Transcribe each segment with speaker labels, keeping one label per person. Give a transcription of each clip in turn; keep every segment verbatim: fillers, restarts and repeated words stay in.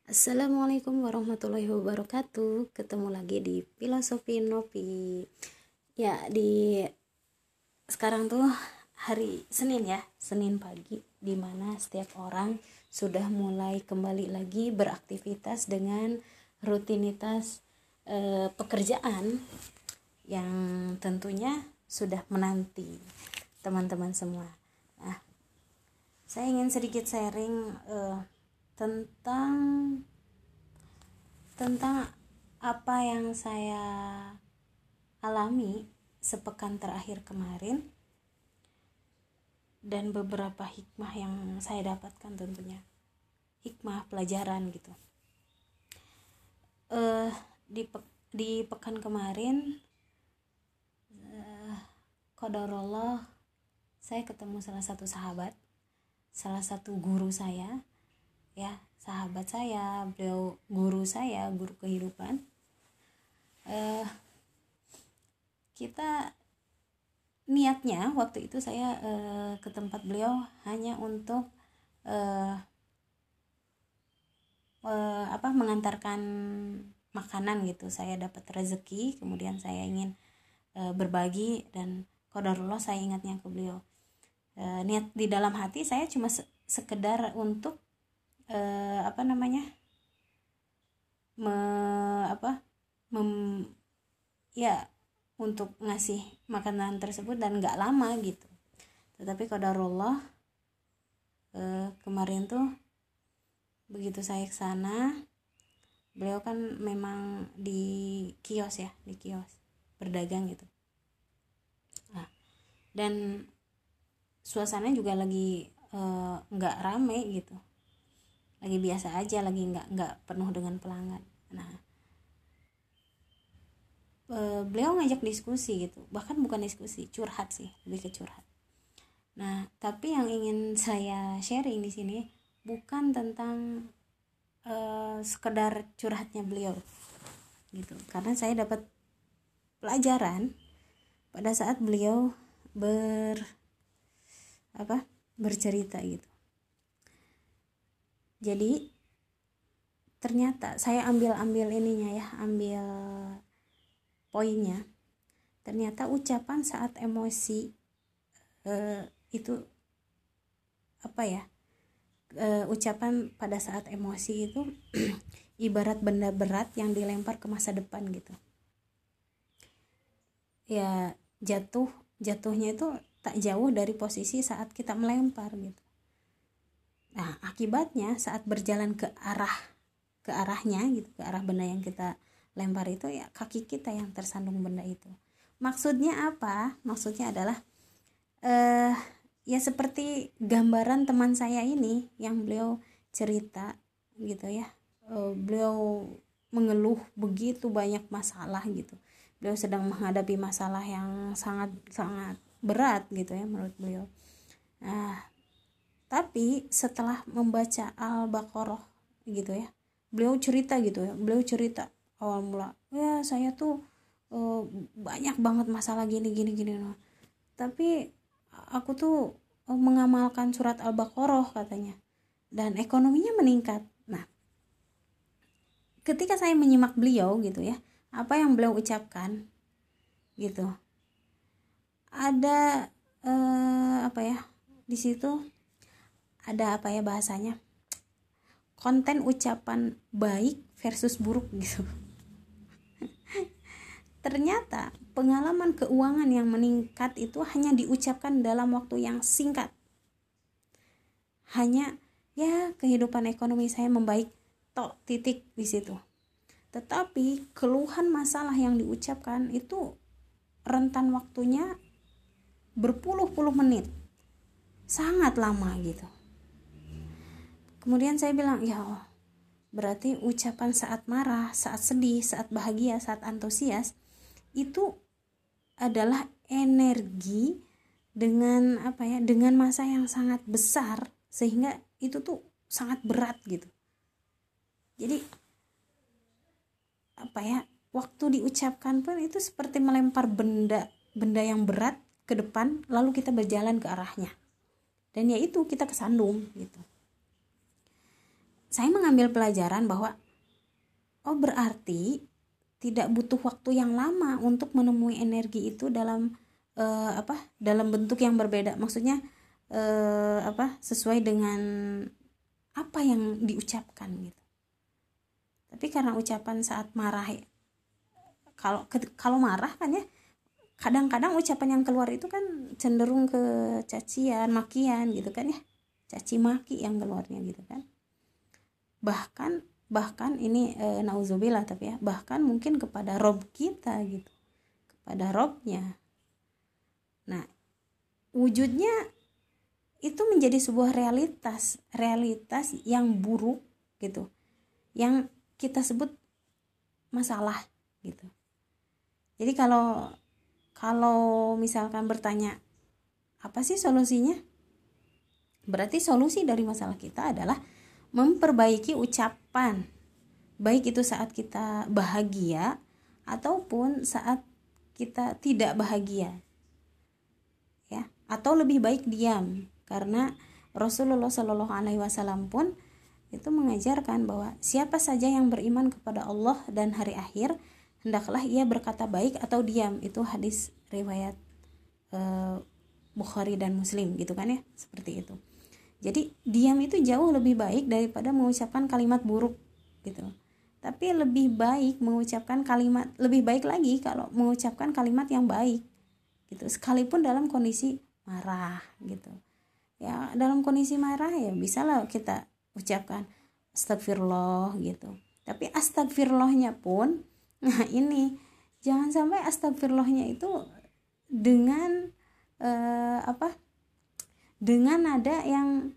Speaker 1: Assalamualaikum warahmatullahi wabarakatuh. Ketemu lagi di Filosofi Nopi. Ya, di sekarang tuh hari Senin ya, Senin pagi, dimana setiap orang sudah mulai kembali lagi beraktivitas dengan rutinitas eh, pekerjaan yang tentunya sudah menanti teman-teman semua. Nah, saya ingin sedikit sharing eh, tentang tentang apa yang saya alami sepekan terakhir kemarin dan beberapa hikmah yang saya dapatkan, tentunya hikmah pelajaran gitu. Eh di pe- di pekan kemarin, eh, qadarullah, saya ketemu salah satu sahabat, salah satu guru saya, ya sahabat saya, beliau guru saya, guru kehidupan. eh, kita niatnya waktu itu saya eh, ke tempat beliau hanya untuk eh, eh, apa mengantarkan makanan gitu. Saya dapat rezeki, kemudian saya ingin eh, berbagi, dan qadarullah saya ingatnya ke beliau. Eh, niat di dalam hati saya cuma se- sekedar untuk eh, apa namanya me, apa mem, ya untuk ngasih makanan tersebut, dan nggak lama gitu. Tetapi qadarullah, eh, kemarin tuh begitu saya ke sana, beliau kan memang di kios ya, di kios berdagang gitu. Nah, dan suasana juga lagi eh, nggak rame gitu, lagi biasa aja, lagi nggak nggak penuh dengan pelanggan. Nah, e, beliau ngajak diskusi gitu, bahkan bukan diskusi, curhat sih, lebih ke curhat. Nah, tapi yang ingin saya sharing di sini bukan tentang e, sekedar curhatnya beliau gitu, karena saya dapat pelajaran pada saat beliau ber apa bercerita gitu. Jadi ternyata saya ambil-ambil ininya ya, ambil poinnya. Ternyata ucapan saat emosi eh, itu apa ya? Eh, ucapan pada saat emosi itu ibarat benda berat yang dilempar ke masa depan gitu. Ya, jatuh jatuhnya itu tak jauh dari posisi saat kita melempar gitu. Nah, akibatnya saat berjalan ke arah ke arahnya gitu, ke arah benda yang kita lempar itu, ya kaki kita yang tersandung benda itu. Maksudnya apa? Maksudnya adalah eh ya seperti gambaran teman saya ini yang beliau cerita gitu ya. Eh, beliau mengeluh begitu banyak masalah gitu. Beliau sedang menghadapi masalah yang sangat sangat berat gitu ya menurut beliau. Nah, tapi setelah membaca Al-Baqarah gitu ya, beliau cerita gitu ya, beliau cerita awal mula, ya saya tuh uh, banyak banget masalah gini gini gini, no. Tapi aku tuh uh, mengamalkan surat Al-Baqarah katanya, dan ekonominya meningkat. Nah, ketika saya menyimak beliau gitu ya, apa yang beliau ucapkan gitu, ada uh, apa ya di situ, ada apa ya bahasanya, konten ucapan baik versus buruk gitu. Ternyata pengalaman keuangan yang meningkat itu hanya diucapkan dalam waktu yang singkat. Hanya ya kehidupan ekonomi saya membaik, tok, titik di situ. Tetapi keluhan masalah yang diucapkan itu rentan waktunya berpuluh-puluh menit. Sangat lama gitu. Kemudian saya bilang, ya Allah, berarti ucapan saat marah, saat sedih, saat bahagia, saat antusias itu adalah energi dengan apa ya, dengan masa yang sangat besar, sehingga itu tuh sangat berat gitu. Jadi apa ya, waktu diucapkan pun itu seperti melempar benda benda yang berat ke depan, lalu kita berjalan ke arahnya, dan ya itu kita kesandung gitu. saya mengambil pelajaran bahwa oh berarti tidak butuh waktu yang lama untuk menemui energi itu dalam eh, apa dalam bentuk yang berbeda, maksudnya eh, apa sesuai dengan apa yang diucapkan gitu. Tapi karena ucapan saat marah, kalau kalau marah kan ya kadang-kadang ucapan yang keluar itu kan cenderung ke cacian, makian gitu kan ya, caci maki yang keluarnya gitu kan. Bahkan bahkan ini e, nauzubillah tapi ya, bahkan mungkin kepada Rob kita gitu, kepada Robnya. Nah, wujudnya itu menjadi sebuah realitas, realitas yang buruk gitu, yang kita sebut masalah gitu. Jadi kalau kalau misalkan bertanya apa sih solusinya? Berarti solusi dari masalah kita adalah memperbaiki ucapan, baik itu saat kita bahagia ataupun saat kita tidak bahagia, ya, atau lebih baik diam, karena Rasulullah Shallallahu Alaihi Wasallam pun itu mengajarkan bahwa siapa saja yang beriman kepada Allah dan hari akhir hendaklah ia berkata baik atau diam. Itu hadis riwayat uh, Bukhari dan Muslim gitu kan ya, seperti itu. Jadi diam itu jauh lebih baik daripada mengucapkan kalimat buruk gitu. Tapi lebih baik mengucapkan kalimat, lebih baik lagi kalau mengucapkan kalimat yang baik gitu, sekalipun dalam kondisi marah gitu. Ya dalam kondisi marah ya bisalah kita ucapkan astagfirullah gitu. Tapi astagfirullahnya pun, nah ini jangan sampai astagfirullahnya itu dengan eh, apa? dengan nada yang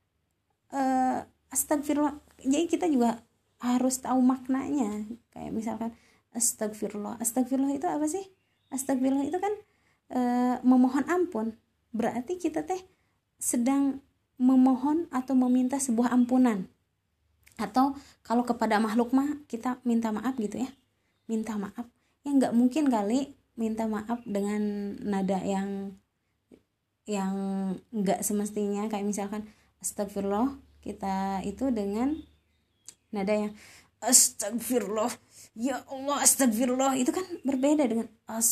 Speaker 1: uh, astagfirullah. Jadi kita juga harus tahu maknanya. Kayak misalkan astagfirullah. Astagfirullah itu apa sih? Astagfirullah itu kan uh, memohon ampun. Berarti kita teh sedang memohon atau meminta sebuah ampunan. Atau kalau kepada makhluk mah kita minta maaf gitu ya. Minta maaf. Ya nggak mungkin kali minta maaf dengan nada yang yang enggak semestinya, kayak misalkan astagfirullah kita itu dengan nada yang astagfirullah ya Allah astagfirullah, itu kan berbeda dengan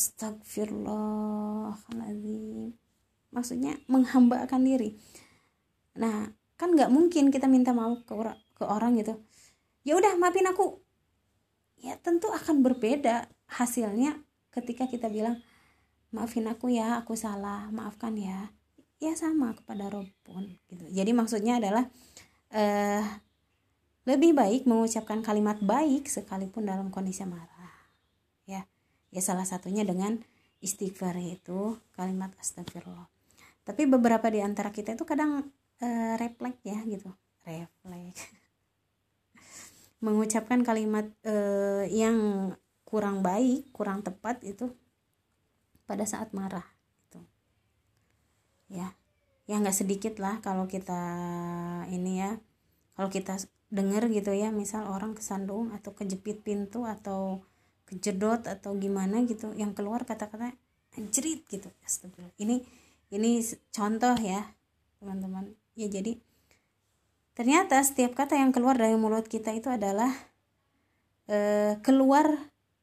Speaker 1: astagfirullahaladzim, maksudnya menghambakan diri. Nah kan nggak mungkin kita minta maaf ke orang ke orang gitu, ya udah maafin aku, ya tentu akan berbeda hasilnya ketika kita bilang maafin aku ya, aku salah, maafkan ya. Ya sama kepada Rob pun gitu. Jadi maksudnya adalah eh, lebih baik mengucapkan kalimat baik sekalipun dalam kondisi marah. Ya, ya salah satunya dengan istighfar, itu kalimat astagfirullah. Tapi beberapa di antara kita itu kadang eh, refleks ya gitu, refleks. Mengucapkan kalimat eh, yang kurang baik, kurang tepat itu pada saat marah gitu. Ya, ya nggak sedikit lah kalau kita ini ya, kalau kita dengar gitu ya, misal orang kesandung atau kejepit pintu atau kejedot atau gimana gitu, yang keluar kata-kata anjrit gitu. Astagfirullah. Ini ini contoh ya teman-teman. Ya jadi ternyata setiap kata yang keluar dari mulut kita itu adalah eh, keluar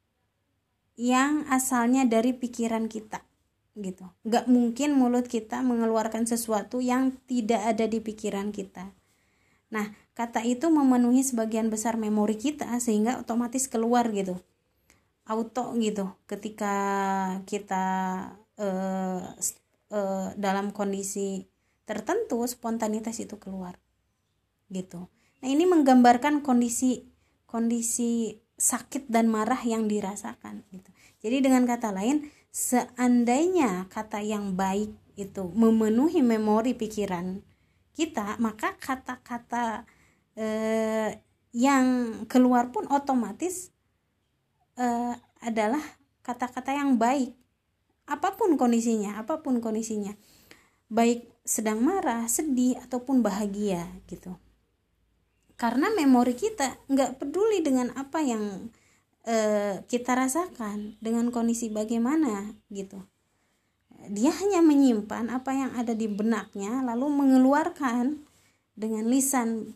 Speaker 1: yang asalnya dari pikiran kita gitu. Gak mungkin mulut kita mengeluarkan sesuatu yang tidak ada di pikiran kita. Nah, kata itu memenuhi sebagian besar memori kita sehingga otomatis keluar gitu, auto gitu. Ketika kita eh, eh, dalam kondisi tertentu, spontanitas itu keluar gitu. Nah, ini menggambarkan kondisi kondisi sakit dan marah yang dirasakan gitu. Jadi dengan kata lain, seandainya kata yang baik itu memenuhi memori pikiran kita, maka kata-kata eh, yang keluar pun otomatis eh, adalah kata-kata yang baik. Apapun kondisinya, apapun kondisinya, baik sedang marah, sedih ataupun bahagia gitu. Karena memori kita nggak peduli dengan apa yang e, kita rasakan, dengan kondisi bagaimana gitu. Dia hanya menyimpan apa yang ada di benaknya, lalu mengeluarkan dengan lisan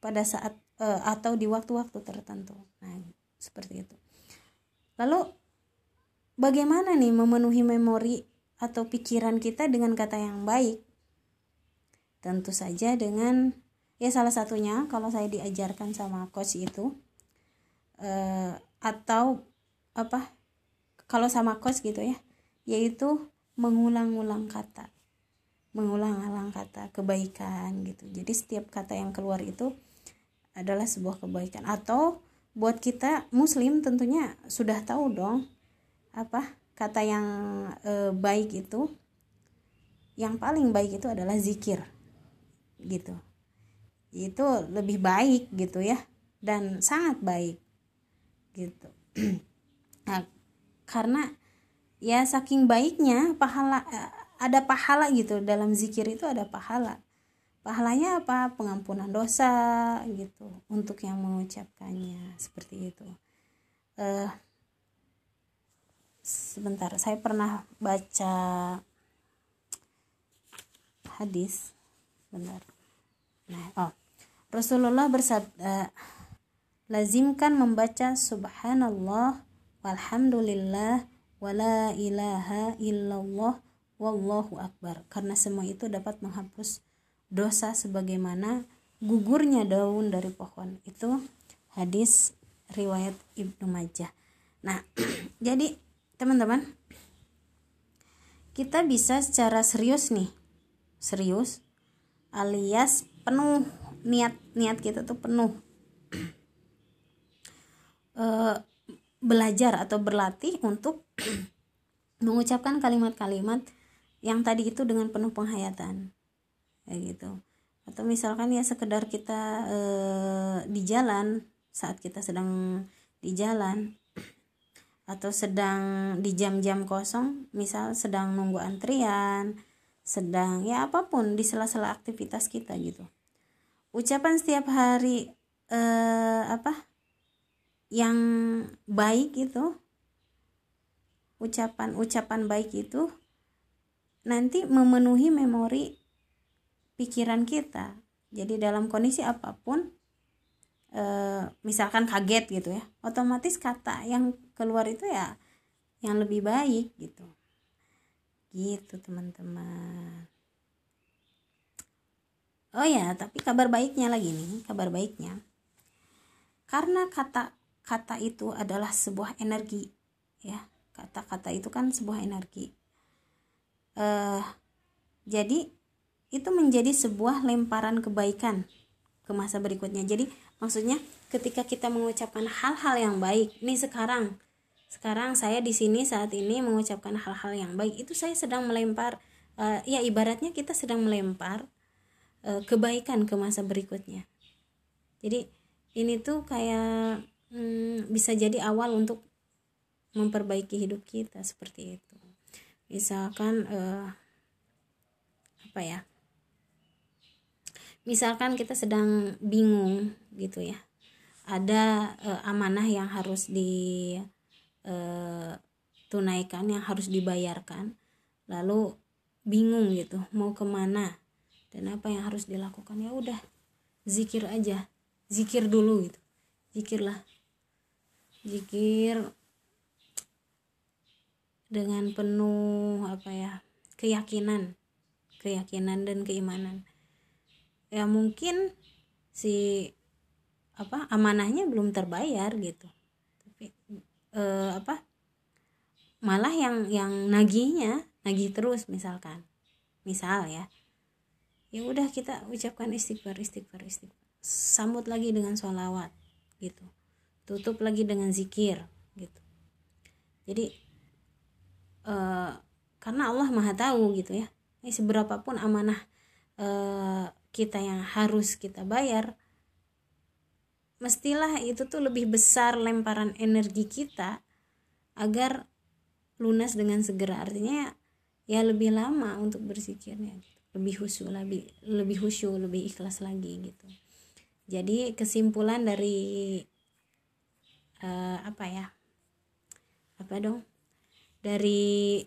Speaker 1: pada saat uh, atau di waktu-waktu tertentu. Nah, seperti itu. Lalu bagaimana nih memenuhi memori atau pikiran kita dengan kata yang baik? Tentu saja dengan, ya salah satunya kalau saya diajarkan sama coach itu uh, atau apa kalau sama coach gitu ya, yaitu mengulang-ulang kata mengulang-ulang kata kebaikan gitu. Jadi setiap kata yang keluar itu adalah sebuah kebaikan. Atau buat kita muslim tentunya sudah tahu dong apa kata yang e, baik itu, yang paling baik itu adalah zikir gitu. Itu lebih baik gitu ya, dan sangat baik gitu. Nah, karena ya saking baiknya pahala, ada pahala gitu dalam zikir itu, ada pahala. Pahalanya apa? Pengampunan dosa gitu untuk yang mengucapkannya, seperti itu. Uh, sebentar, saya pernah baca hadis. Bentar. Nah, oh, Rasulullah bersabda, lazimkan membaca subhanallah walhamdulillah wala ilaha illallah wallahu akbar, karena semua itu dapat menghapus dosa sebagaimana gugurnya daun dari pohon. Itu hadis riwayat Ibnu Majah. Nah, jadi teman-teman, kita bisa secara serius nih, serius alias penuh niat niat kita tuh penuh e, belajar atau berlatih untuk mengucapkan kalimat-kalimat yang tadi itu dengan penuh penghayatan kayak gitu. Atau misalkan ya sekedar kita e, di jalan, saat kita sedang di jalan atau sedang di jam-jam kosong, misal sedang nunggu antrian, sedang ya apapun di sela-sela aktivitas kita gitu, ucapan setiap hari e, apa yang baik itu, ucapan-ucapan baik itu nanti memenuhi memori pikiran kita. Jadi dalam kondisi apapun, e, misalkan kaget gitu ya, otomatis kata yang keluar itu ya yang lebih baik gitu. Gitu teman-teman. Oh ya, tapi kabar baiknya lagi nih, kabar baiknya. Karena kata-kata itu adalah sebuah energi ya. Kata-kata itu kan sebuah energi. Uh, jadi itu menjadi sebuah lemparan kebaikan ke masa berikutnya. Jadi maksudnya ketika kita mengucapkan hal-hal yang baik, nih sekarang, sekarang saya di sini saat ini mengucapkan hal-hal yang baik, itu saya sedang melempar, uh, ya ibaratnya kita sedang melempar uh, kebaikan ke masa berikutnya. Jadi ini tuh kayak hmm, bisa jadi awal untuk memperbaiki hidup kita, seperti itu. Misalkan uh, apa ya, misalkan kita sedang bingung gitu ya, ada uh, amanah yang harus ditunaikan, uh, yang harus dibayarkan, lalu bingung gitu mau kemana dan apa yang harus dilakukan. Ya udah, zikir aja, zikir dulu gitu, zikirlah, zikir dengan penuh apa ya, keyakinan keyakinan dan keimanan. Ya mungkin si apa amanahnya belum terbayar gitu, tapi eh, apa malah yang yang nagihnya nagih terus, misalkan misal ya ya udah kita ucapkan istighfar istighfar istighfar, sambut lagi dengan sholawat gitu, tutup lagi dengan zikir gitu. Jadi eh, karena Allah maha tahu gitu ya, ini seberapapun amanah eh, kita yang harus kita bayar, mestilah itu tuh lebih besar lemparan energi kita agar lunas dengan segera. Artinya ya lebih lama untuk berzikirnya gitu. Lebih khusyuk, lebih lebih khusyuk, lebih ikhlas lagi gitu. Jadi kesimpulan dari uh, apa ya? Apa dong? Dari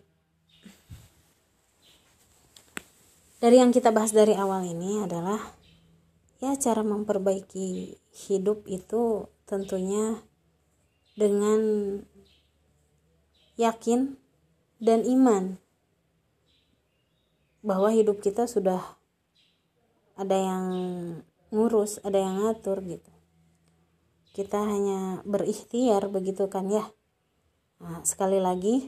Speaker 1: dari yang kita bahas dari awal ini adalah Ya, cara memperbaiki hidup itu tentunya dengan yakin dan iman bahwa hidup kita sudah ada yang ngurus, ada yang ngatur gitu. Kita hanya berikhtiar begitu kan ya. Nah, sekali lagi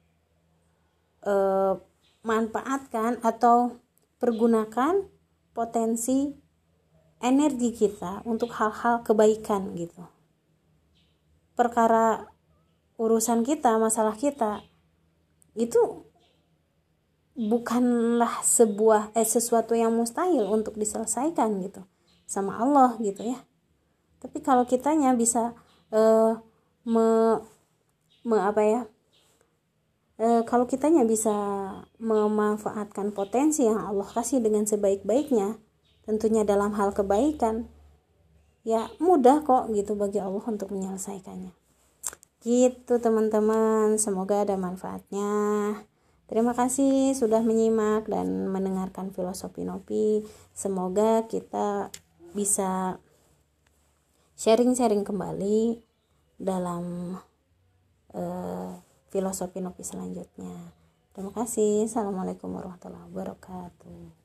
Speaker 1: eh, manfaatkan atau pergunakan potensi energi kita untuk hal-hal kebaikan gitu. Perkara urusan kita, masalah kita itu bukanlah sebuah eh, sesuatu yang mustahil untuk diselesaikan gitu sama Allah gitu ya. Tapi kalau kitanya bisa eh, me, me apa ya eh, kalau kitanya bisa memanfaatkan potensi yang Allah kasih dengan sebaik-baiknya, tentunya dalam hal kebaikan, ya mudah kok gitu bagi Allah untuk menyelesaikannya. Gitu teman-teman, semoga ada manfaatnya. Terima kasih sudah menyimak dan mendengarkan Filosofi Nopi. Semoga kita bisa sharing-sharing kembali dalam uh, Filosofi Nopi selanjutnya. Terima kasih. Assalamualaikum warahmatullahi wabarakatuh.